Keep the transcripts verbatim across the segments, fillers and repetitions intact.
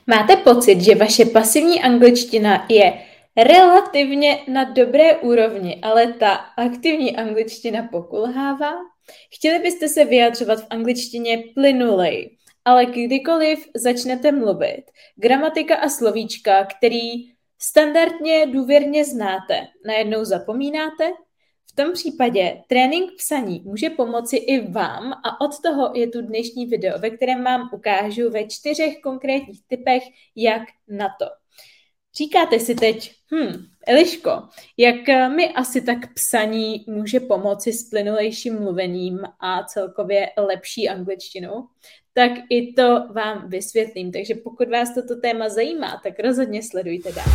Máte pocit, že vaše pasivní angličtina je relativně na dobré úrovni, ale ta aktivní angličtina pokulhává? Chtěli byste se vyjadřovat v angličtině plynulej, ale kdykoliv začnete mluvit, gramatika a slovíčka, který standardně důvěrně znáte, najednou zapomínáte? V tom případě trénink psaní může pomoci i vám a od toho je tu dnešní video, ve kterém vám ukážu ve čtyřech konkrétních typech, jak na to. Říkáte si teď, hm, Eliško, jak mi asi tak psaní může pomoci s plynulejším mluvením a celkově lepší angličtinou? Tak i to vám vysvětlím, takže pokud vás toto téma zajímá, tak rozhodně sledujte dál.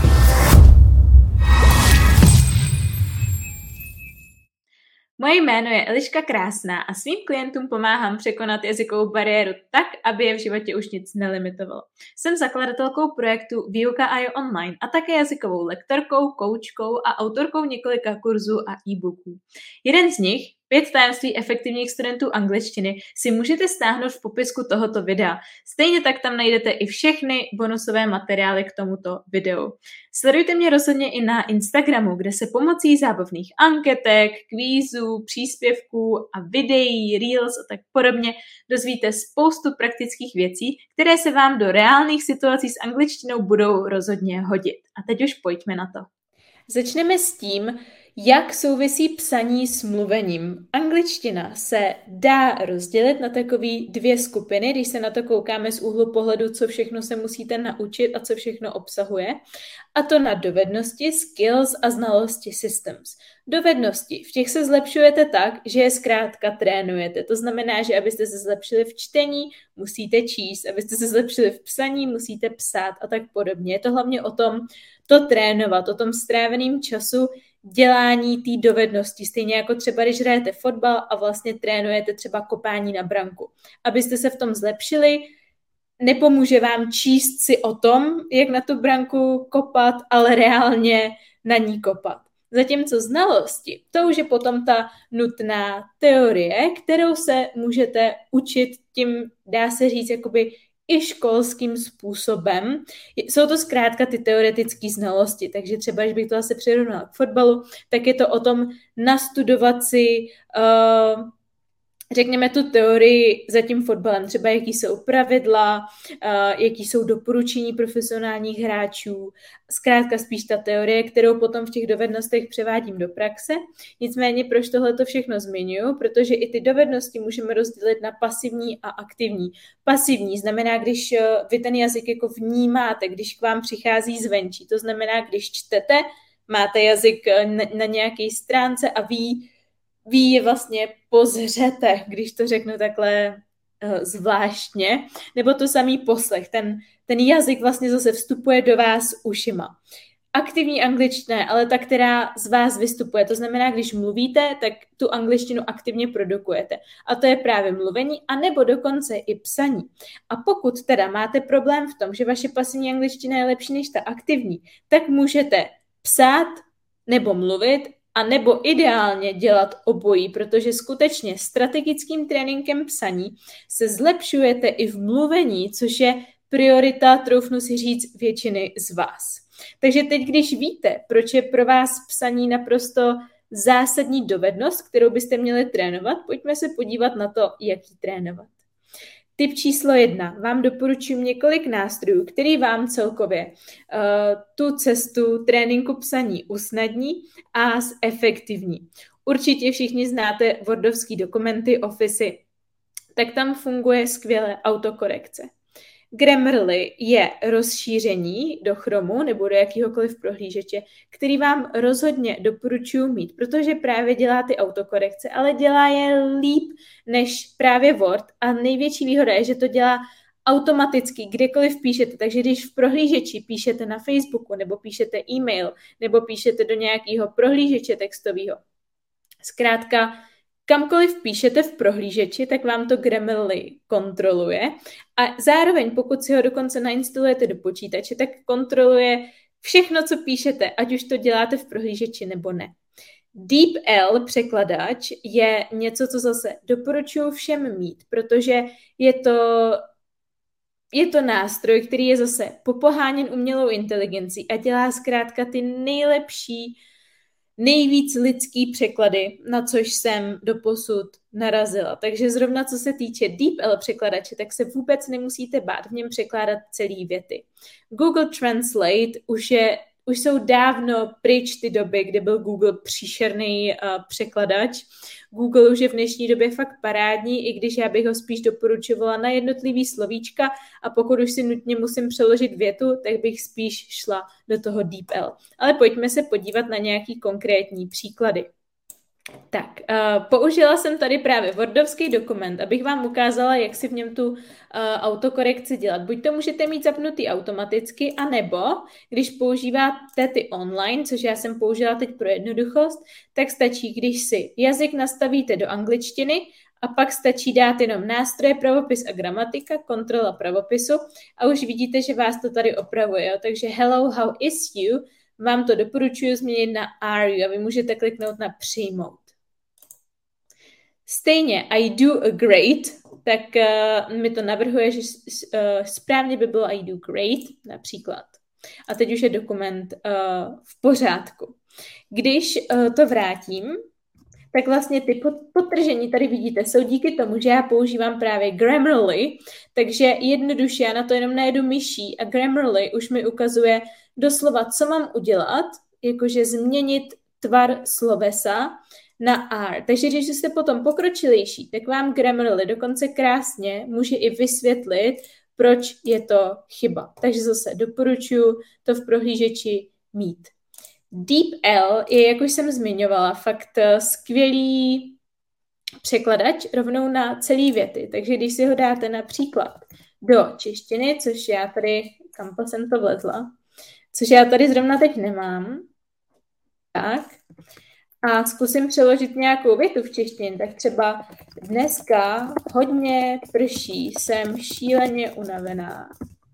Moje jméno je Eliška Krásná a svým klientům pomáhám překonat jazykovou bariéru tak, aby je v životě už nic nelimitovalo. Jsem zakladatelkou projektu Výuka a je online a také jazykovou lektorkou, koučkou a autorkou několika kurzů a e-booků. Jeden z nich, Pět tajemství efektivních studentů angličtiny, si můžete stáhnout v popisku tohoto videa. Stejně tak tam najdete i všechny bonusové materiály k tomuto videu. Sledujte mě rozhodně i na Instagramu, kde se pomocí zábavných anketek, kvízů, příspěvků a videí, reels a tak podobně dozvíte spoustu praktických věcí, které se vám do reálných situací s angličtinou budou rozhodně hodit. A teď už pojďme na to. Začneme s tím, jak souvisí psaní s mluvením. Angličtina se dá rozdělit na takové dvě skupiny, když se na to koukáme z úhlu pohledu, co všechno se musíte naučit a co všechno obsahuje. A to na dovednosti, skills a znalosti systems. Dovednosti, v těch se zlepšujete tak, že je zkrátka trénujete. To znamená, že abyste se zlepšili v čtení, musíte číst, abyste se zlepšili v psaní, musíte psát a tak podobně. Je to hlavně o tom, to trénovat, o tom stráveným času dělání té dovednosti. Stejně jako třeba, když hrajete fotbal a vlastně trénujete třeba kopání na branku. Abyste se v tom zlepšili, nepomůže vám číst si o tom, jak na tu branku kopat, ale reálně na ní kopat. Zatímco znalosti, to už je potom ta nutná teorie, kterou se můžete učit tím, dá se říct, jakoby i školským způsobem. Jsou to zkrátka ty teoretické znalosti, takže třeba, když bych to asi přirovnala k fotbalu, tak je to o tom nastudovat si uh, řekněme tu teorii za tím fotbalem, třeba jaký jsou pravidla, uh, jaký jsou doporučení profesionálních hráčů, zkrátka spíš ta teorie, kterou potom v těch dovednostech převádím do praxe. Nicméně proč tohle to všechno zmiňuji? Protože i ty dovednosti můžeme rozdělit na pasivní a aktivní. Pasivní znamená, když vy ten jazyk jako vnímáte, když k vám přichází zvenčí. To znamená, když čtete, máte jazyk na, na nějaké stránce a ví, vy je vlastně pozřete, když to řeknu takhle uh, zvláštně, nebo to samý poslech. Ten, ten jazyk vlastně zase vstupuje do vás ušima. Aktivní angličtina, ale ta, která z vás vystupuje. To znamená, když mluvíte, tak tu angličtinu aktivně produkujete. A to je právě mluvení, anebo dokonce i psaní. A pokud teda máte problém v tom, že vaše pasivní angličtina je lepší než ta aktivní, tak můžete psát nebo mluvit, a nebo ideálně dělat obojí, protože skutečně strategickým tréninkem psaní se zlepšujete i v mluvení, což je priorita, troufnu si říct, většiny z vás. Takže teď, když víte, proč je pro vás psaní naprosto zásadní dovednost, kterou byste měli trénovat, pojďme se podívat na to, jak ji trénovat. Tip číslo jedna. Vám doporučuji několik nástrojů, který vám celkově uh, tu cestu tréninku psaní usnadní a zefektivní. Určitě všichni znáte wordovský dokumenty, ofisy, tak tam funguje skvěle autokorekce. Grammarly je rozšíření do Chromu nebo do jakýhokoliv prohlížeče, který vám rozhodně doporučuji mít, protože právě dělá ty autokorekce, ale dělá je líp než právě Word a největší výhoda je, že to dělá automaticky, kdekoliv píšete, takže když v prohlížeči píšete na Facebooku nebo píšete e-mail nebo píšete do nějakého prohlížeče textového, zkrátka kamkoliv píšete v prohlížeči, tak vám to Grammarly kontroluje a zároveň, pokud si ho dokonce nainstalujete do počítače, tak kontroluje všechno, co píšete, ať už to děláte v prohlížeči nebo ne. DeepL překladač je něco, co zase doporučuji všem mít, protože je to je to nástroj, který je zase popoháněn umělou inteligencí a dělá zkrátka ty nejlepší, nejvíc lidský překlady, na což jsem doposud narazila. Takže zrovna co se týče DeepL překladače, tak se vůbec nemusíte bát v něm překládat celý věty. Google Translate už je Už jsou dávno pryč ty doby, kdy byl Google příšerný uh, překladač. Google už je v dnešní době fakt parádní, i když já bych ho spíš doporučovala na jednotlivý slovíčka a pokud už si nutně musím přeložit větu, tak bych spíš šla do toho DeepL. Ale pojďme se podívat na nějaký konkrétní příklady. Tak, uh, použila jsem tady právě Wordovský dokument, abych vám ukázala, jak si v něm tu uh, autokorekci dělat. Buď to můžete mít zapnutý automaticky, anebo když používáte ty online, což já jsem použila teď pro jednoduchost, tak stačí, když si jazyk nastavíte do angličtiny a pak stačí dát jenom nástroje, pravopis a gramatika, kontrola pravopisu a už vidíte, že vás to tady opravuje. Jo? Takže hello, how is you? Vám to doporučuji změnit na are you a vy můžete kliknout na přijmout. Stejně I do a great, tak uh, mi to navrhuje, že uh, správně by bylo I do great, například. A teď už je dokument uh, v pořádku. Když uh, to vrátím, tak vlastně ty podtržení tady vidíte, jsou díky tomu, že já používám právě Grammarly, takže jednoduše já na to jenom najedu myší a Grammarly už mi ukazuje doslova, co mám udělat, jakože změnit tvar slovesa na R. Takže když jste potom pokročilejší, tak vám Grammarly dokonce krásně může i vysvětlit, proč je to chyba. Takže zase doporučuji to v prohlížeči mít. DeepL je, jak už jsem zmiňovala, fakt skvělý překladač rovnou na celý věty. Takže když si ho dáte například do češtiny, což já tady, kam jsem to vlezla, což já tady zrovna teď nemám, tak, a zkusím přeložit nějakou větu v češtině, tak třeba dneska hodně prší, jsem šíleně unavená.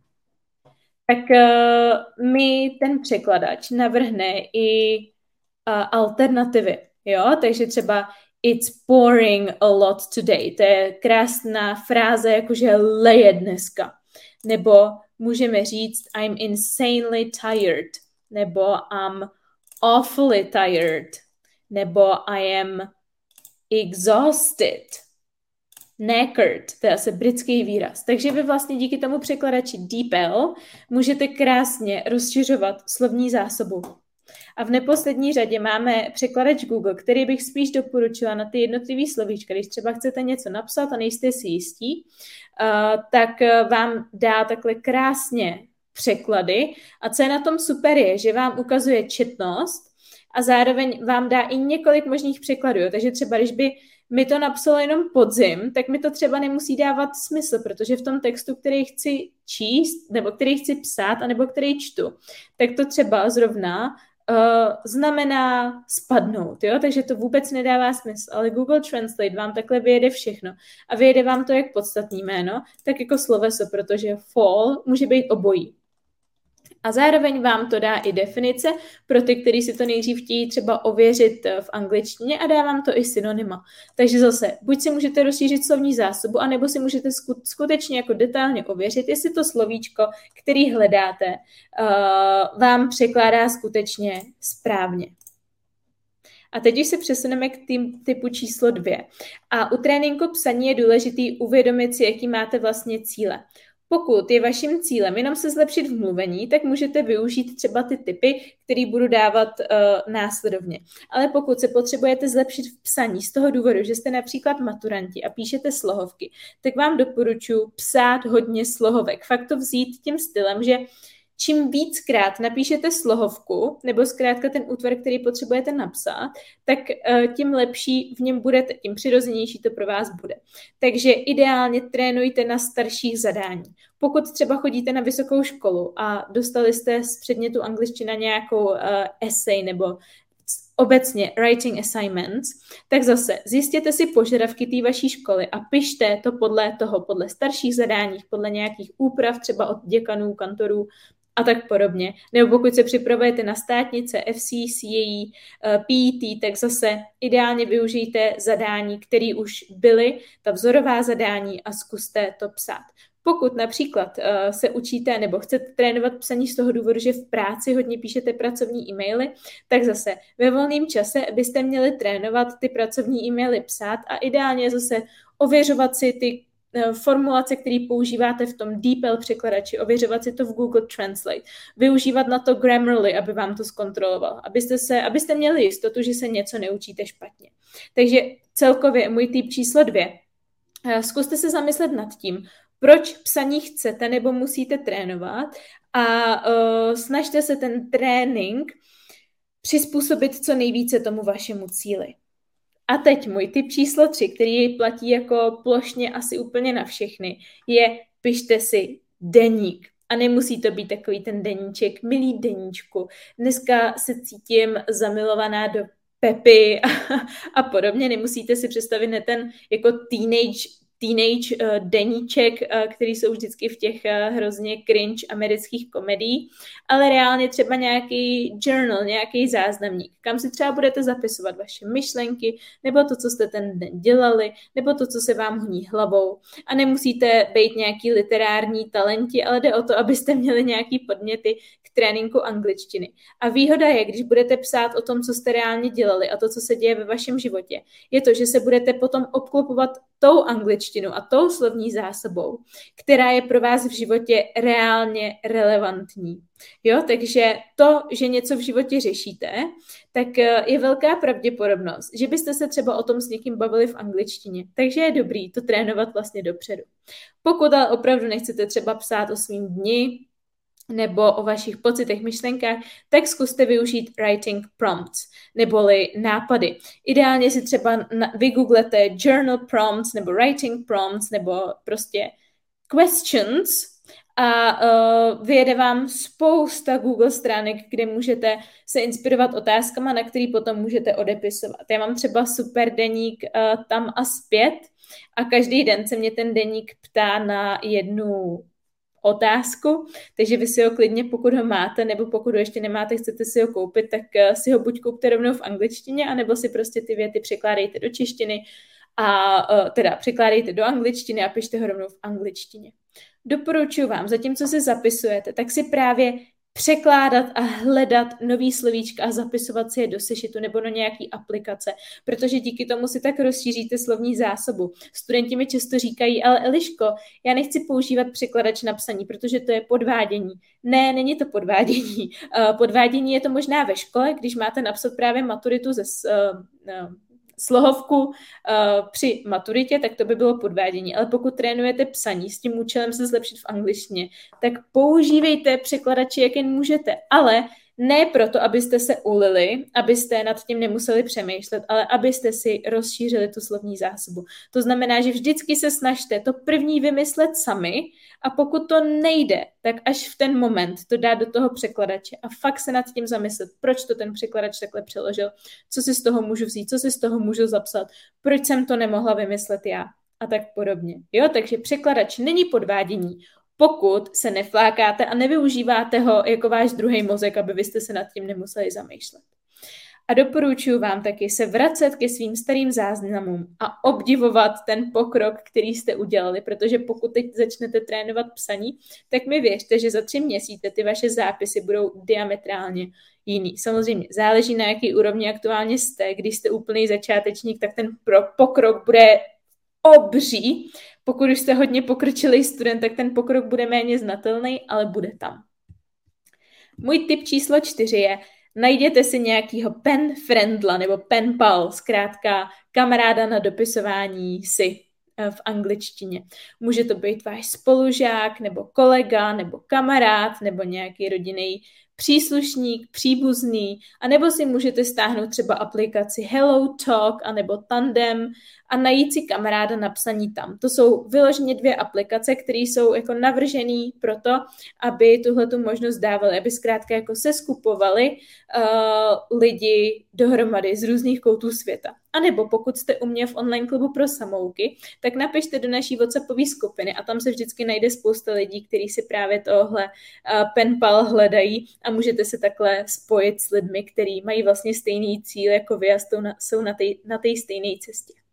Tak uh, mi ten překladač navrhne i uh, alternativy, jo, takže třeba it's pouring a lot today, to je krásná fráze, jakože leje dneska, nebo můžeme říct I'm insanely tired, nebo I'm awfully tired, nebo I am exhausted. Knackered, to je asi britský výraz. Takže vy vlastně díky tomu překladači DeepL můžete krásně rozšiřovat slovní zásobu. A v neposlední řadě máme překladač Google, který bych spíš doporučila na ty jednotlivý slovíčka. Když třeba chcete něco napsat a nejste si jistí, uh, tak vám dá takhle krásně překlady. A co je na tom super je, že vám ukazuje četnost a zároveň vám dá i několik možných překladů. Takže třeba když by mi to napsalo jenom podzim, tak mi to třeba nemusí dávat smysl, protože v tom textu, který chci číst, nebo který chci psát, anebo který čtu, tak to třeba zrovna uh, znamená spadnout, jo? Takže to vůbec nedává smysl, ale Google Translate vám takhle vyjede všechno a vyjede vám to jak podstatný jméno, tak jako sloveso, protože fall může být obojí. A zároveň vám to dá i definice pro ty, kteří si to nejdřív chtějí třeba ověřit v angličtině a dá vám to i synonyma. Takže zase, buď si můžete rozšířit slovní zásobu, anebo si můžete skutečně jako detailně ověřit, jestli to slovíčko, který hledáte, uh, vám překládá skutečně správně. A teď už se přesuneme k tým, typu číslo dvě. A u tréninku psaní je důležitý uvědomit si, jaký máte vlastně cíle. Pokud je vaším cílem jenom se zlepšit v mluvení, tak můžete využít třeba ty tipy, které budu dávat uh, následovně. Ale pokud se potřebujete zlepšit v psaní z toho důvodu, že jste například maturanti a píšete slohovky, tak vám doporučuji psát hodně slohovek. Fakt to vzít tím stylem, že čím víckrát napíšete slohovku, nebo zkrátka ten útvar, který potřebujete napsat, tak uh, tím lepší v něm budete, tím přirozenější to pro vás bude. Takže ideálně trénujte na starších zadání. Pokud třeba chodíte na vysokou školu a dostali jste z předmětu angličtina nějakou uh, essay nebo obecně writing assignments, tak zase zjistěte si požadavky té vaší školy a pište to podle toho, podle starších zadání, podle nějakých úprav, třeba od děkanů, kantorů a tak podobně. Nebo pokud se připravujete na státnice, F C, C A E, P E T, tak zase ideálně využijte zadání, které už byly, ta vzorová zadání a zkuste to psát. Pokud například uh, se učíte nebo chcete trénovat psaní z toho důvodu, že v práci hodně píšete pracovní e-maily, tak zase ve volném čase byste měli trénovat ty pracovní e-maily psát a ideálně zase ověřovat si ty formulace, které používáte v tom DeepL překladači, ověřovat si to v Google Translate, využívat na to Grammarly, aby vám to zkontroloval, abyste, se, abyste měli jistotu, že se něco neučíte špatně. Takže celkově můj tip číslo dvě. Zkuste se zamyslet nad tím, proč psaní chcete nebo musíte trénovat a uh, snažte se ten trénink přizpůsobit co nejvíce tomu vašemu cíli. A teď můj tip číslo tři, který platí jako plošně asi úplně na všechny, je pište si deník. A nemusí to být takový ten deníček, milý deníčku. Dneska se cítím zamilovaná do Pepy a, a podobně. Nemusíte si představit ne ten jako teenage teenage uh, deníček, uh, který jsou vždycky v těch uh, hrozně cringe amerických komedií, ale reálně třeba nějaký journal, nějaký záznamník, kam si třeba budete zapisovat vaše myšlenky, nebo to, co jste ten den dělali, nebo to, co se vám honí hlavou. A nemusíte být nějaký literární talenti, ale jde o to, abyste měli nějaký podněty k tréninku angličtiny. A výhoda je, když budete psát o tom, co jste reálně dělali a to, co se děje ve vašem životě, je to, že se budete potom obklopovat tou angličtinou a tou slovní zásobou, která je pro vás v životě reálně relevantní. Jo, takže to, že něco v životě řešíte, tak je velká pravděpodobnost, že byste se třeba o tom s někým bavili v angličtině. Takže je dobrý to trénovat vlastně dopředu. Pokud ale opravdu nechcete třeba psát o svým dni, nebo o vašich pocitech, myšlenkách, tak zkuste využít writing prompts, neboli nápady. Ideálně si třeba vygooglete journal prompts, nebo writing prompts, nebo prostě questions a uh, vyjede vám spousta Google stránek, kde můžete se inspirovat otázkama, na který potom můžete odepisovat. Já mám třeba super deník uh, tam a zpět a každý den se mě ten deník ptá na jednu otázku, takže vy si ho klidně, pokud ho máte, nebo pokud ho ještě nemáte, chcete si ho koupit, tak si ho buď koupte rovnou v angličtině, anebo si prostě ty věty překládejte do češtiny a teda překládejte do angličtiny a pište ho rovnou v angličtině. Doporučuji vám, zatímco si zapisujete, tak si právě překládat a hledat nový slovíčka a zapisovat si je do sešitu nebo do nějaký aplikace, protože díky tomu si tak rozšíříte slovní zásobu. Studenti mi často říkají, ale Eliško, já nechci používat překladač na psaní, protože to je podvádění. Ne, není to podvádění. Podvádění je to možná ve škole, když máte napsat právě maturitu ze slohovku uh, při maturitě, tak to by bylo podvádění. Ale pokud trénujete psaní s tím účelem se zlepšit v angličtině, tak používejte překladači, jak jen můžete. Ale ne proto, abyste se ulili, abyste nad tím nemuseli přemýšlet, ale abyste si rozšířili tu slovní zásobu. To znamená, že vždycky se snažte to první vymyslet sami a pokud to nejde, tak až v ten moment to dát do toho překladače a fakt se nad tím zamyslet, proč to ten překladač takhle přeložil, co si z toho můžu vzít, co si z toho můžu zapsat, proč jsem to nemohla vymyslet já a tak podobně. Jo, takže překladač není podvádění, pokud se neflákáte a nevyužíváte ho jako váš druhý mozek, aby vy jste se nad tím nemuseli zamýšlet. A doporučuji vám taky se vracet ke svým starým záznamům a obdivovat ten pokrok, který jste udělali, protože pokud teď začnete trénovat psaní, tak mi věřte, že za tři měsíce ty vaše zápisy budou diametrálně jiný. Samozřejmě záleží, na jaký úrovni aktuálně jste. Když jste úplný začátečník, tak ten pokrok bude obří. Pokud už jste hodně pokročilý student, tak ten pokrok bude méně znatelný, ale bude tam. Můj tip číslo čtyři je, najděte si nějakýho pen friendla nebo pen pal, zkrátka kamaráda na dopisování si v angličtině. Může to být váš spolužák, nebo kolega, nebo kamarád, nebo nějaký rodinný příslušník, příbuzný, anebo si můžete stáhnout třeba aplikaci Hello Talk, anebo Tandem a najít si kamaráda na psaní tam. To jsou vyloženě dvě aplikace, které jsou jako navržené proto, aby tuhletu možnost dávali, aby zkrátka jako se skupovali uh, lidi dohromady z různých koutů světa. A nebo pokud jste u mě v online klubu pro samouky, tak napište do naší WhatsAppové skupiny a tam se vždycky najde spousta lidí, kteří si právě tohle uh, penpal hledají a můžete se takhle spojit s lidmi, kteří mají vlastně stejný cíl jako vy a jsou na, jsou na té na té stejné cestě.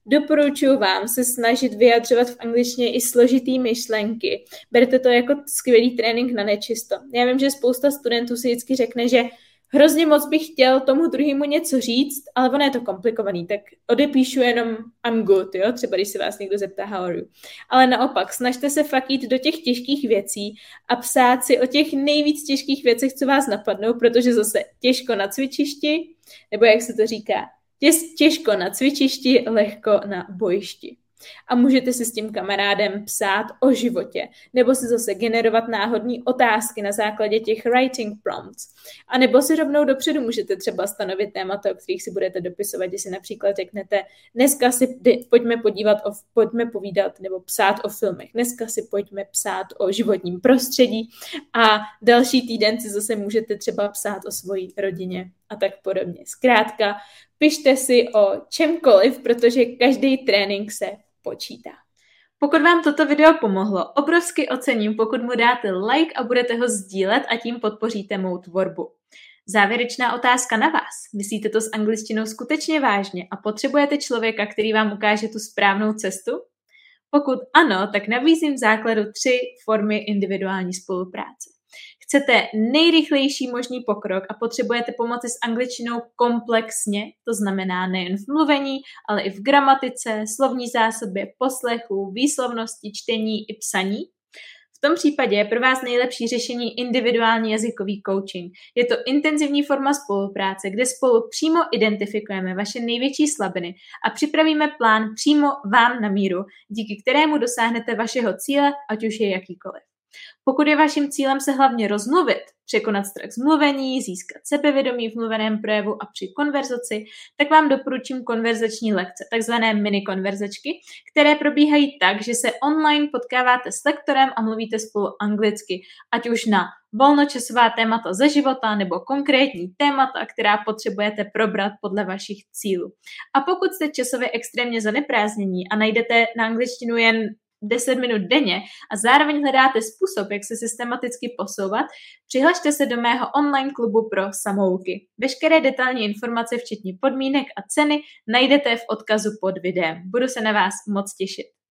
Doporučuji vám se snažit vyjadřovat v angličtině i složitý myšlenky. Berte to jako skvělý trénink na nečisto. Já vím, že spousta studentů si vždycky řekne, že hrozně moc bych chtěl tomu druhému něco říct, ale ono je to komplikovaný, tak odepíšu jenom I'm good, jo? Třeba když se vás někdo zeptá how are you. Ale naopak, snažte se fakt jít do těch těžkých věcí a psát si o těch nejvíc těžkých věcech, co vás napadnou, protože zase těžko na cvičišti, nebo jak se to říká, těžko na cvičišti, lehko na bojišti. A můžete si s tím kamarádem psát o životě, nebo si zase generovat náhodné otázky na základě těch writing prompts. A nebo si rovnou dopředu můžete třeba stanovit témata, o kterých si budete dopisovat, když si například řeknete, dneska si pojďme podívat, o, pojďme povídat nebo psát o filmech, dneska si pojďme psát o životním prostředí a další týden si zase můžete třeba psát o svojí rodině a tak podobně. Zkrátka, pište si o čemkoliv, protože každý trénink se počítá. Pokud vám toto video pomohlo, obrovsky ocením, pokud mu dáte like a budete ho sdílet a tím podpoříte mou tvorbu. Závěrečná otázka na vás. Myslíte to s angličtinou skutečně vážně a potřebujete člověka, který vám ukáže tu správnou cestu? Pokud ano, tak nabízím v základu tři formy individuální spolupráce. Chcete nejrychlejší možný pokrok a potřebujete pomoci s angličtinou komplexně, to znamená nejen v mluvení, ale i v gramatice, slovní zásobě, poslechu, výslovnosti, čtení i psaní? V tom případě je pro vás nejlepší řešení individuální jazykový coaching. Je to intenzivní forma spolupráce, kde spolu přímo identifikujeme vaše největší slabiny a připravíme plán přímo vám na míru, díky kterému dosáhnete vašeho cíle, ať už je jakýkoliv. Pokud je vaším cílem se hlavně rozmluvit, překonat strach z mluvení, získat sebevědomí v mluveném projevu a při konverzaci, tak vám doporučím konverzační lekce, takzvané mini konverzačky, které probíhají tak, že se online potkáváte s lektorem a mluvíte spolu anglicky, ať už na volnočasová témata ze života nebo konkrétní témata, která potřebujete probrat podle vašich cílů. A pokud jste časově extrémně zaneprázdnění a najdete na angličtinu jen deset minut denně a zároveň hledáte způsob, jak se systematicky posouvat, přihlašte se do mého online klubu pro samouky. Veškeré detailní informace, včetně podmínek a ceny, najdete v odkazu pod videem. Budu se na vás moc těšit.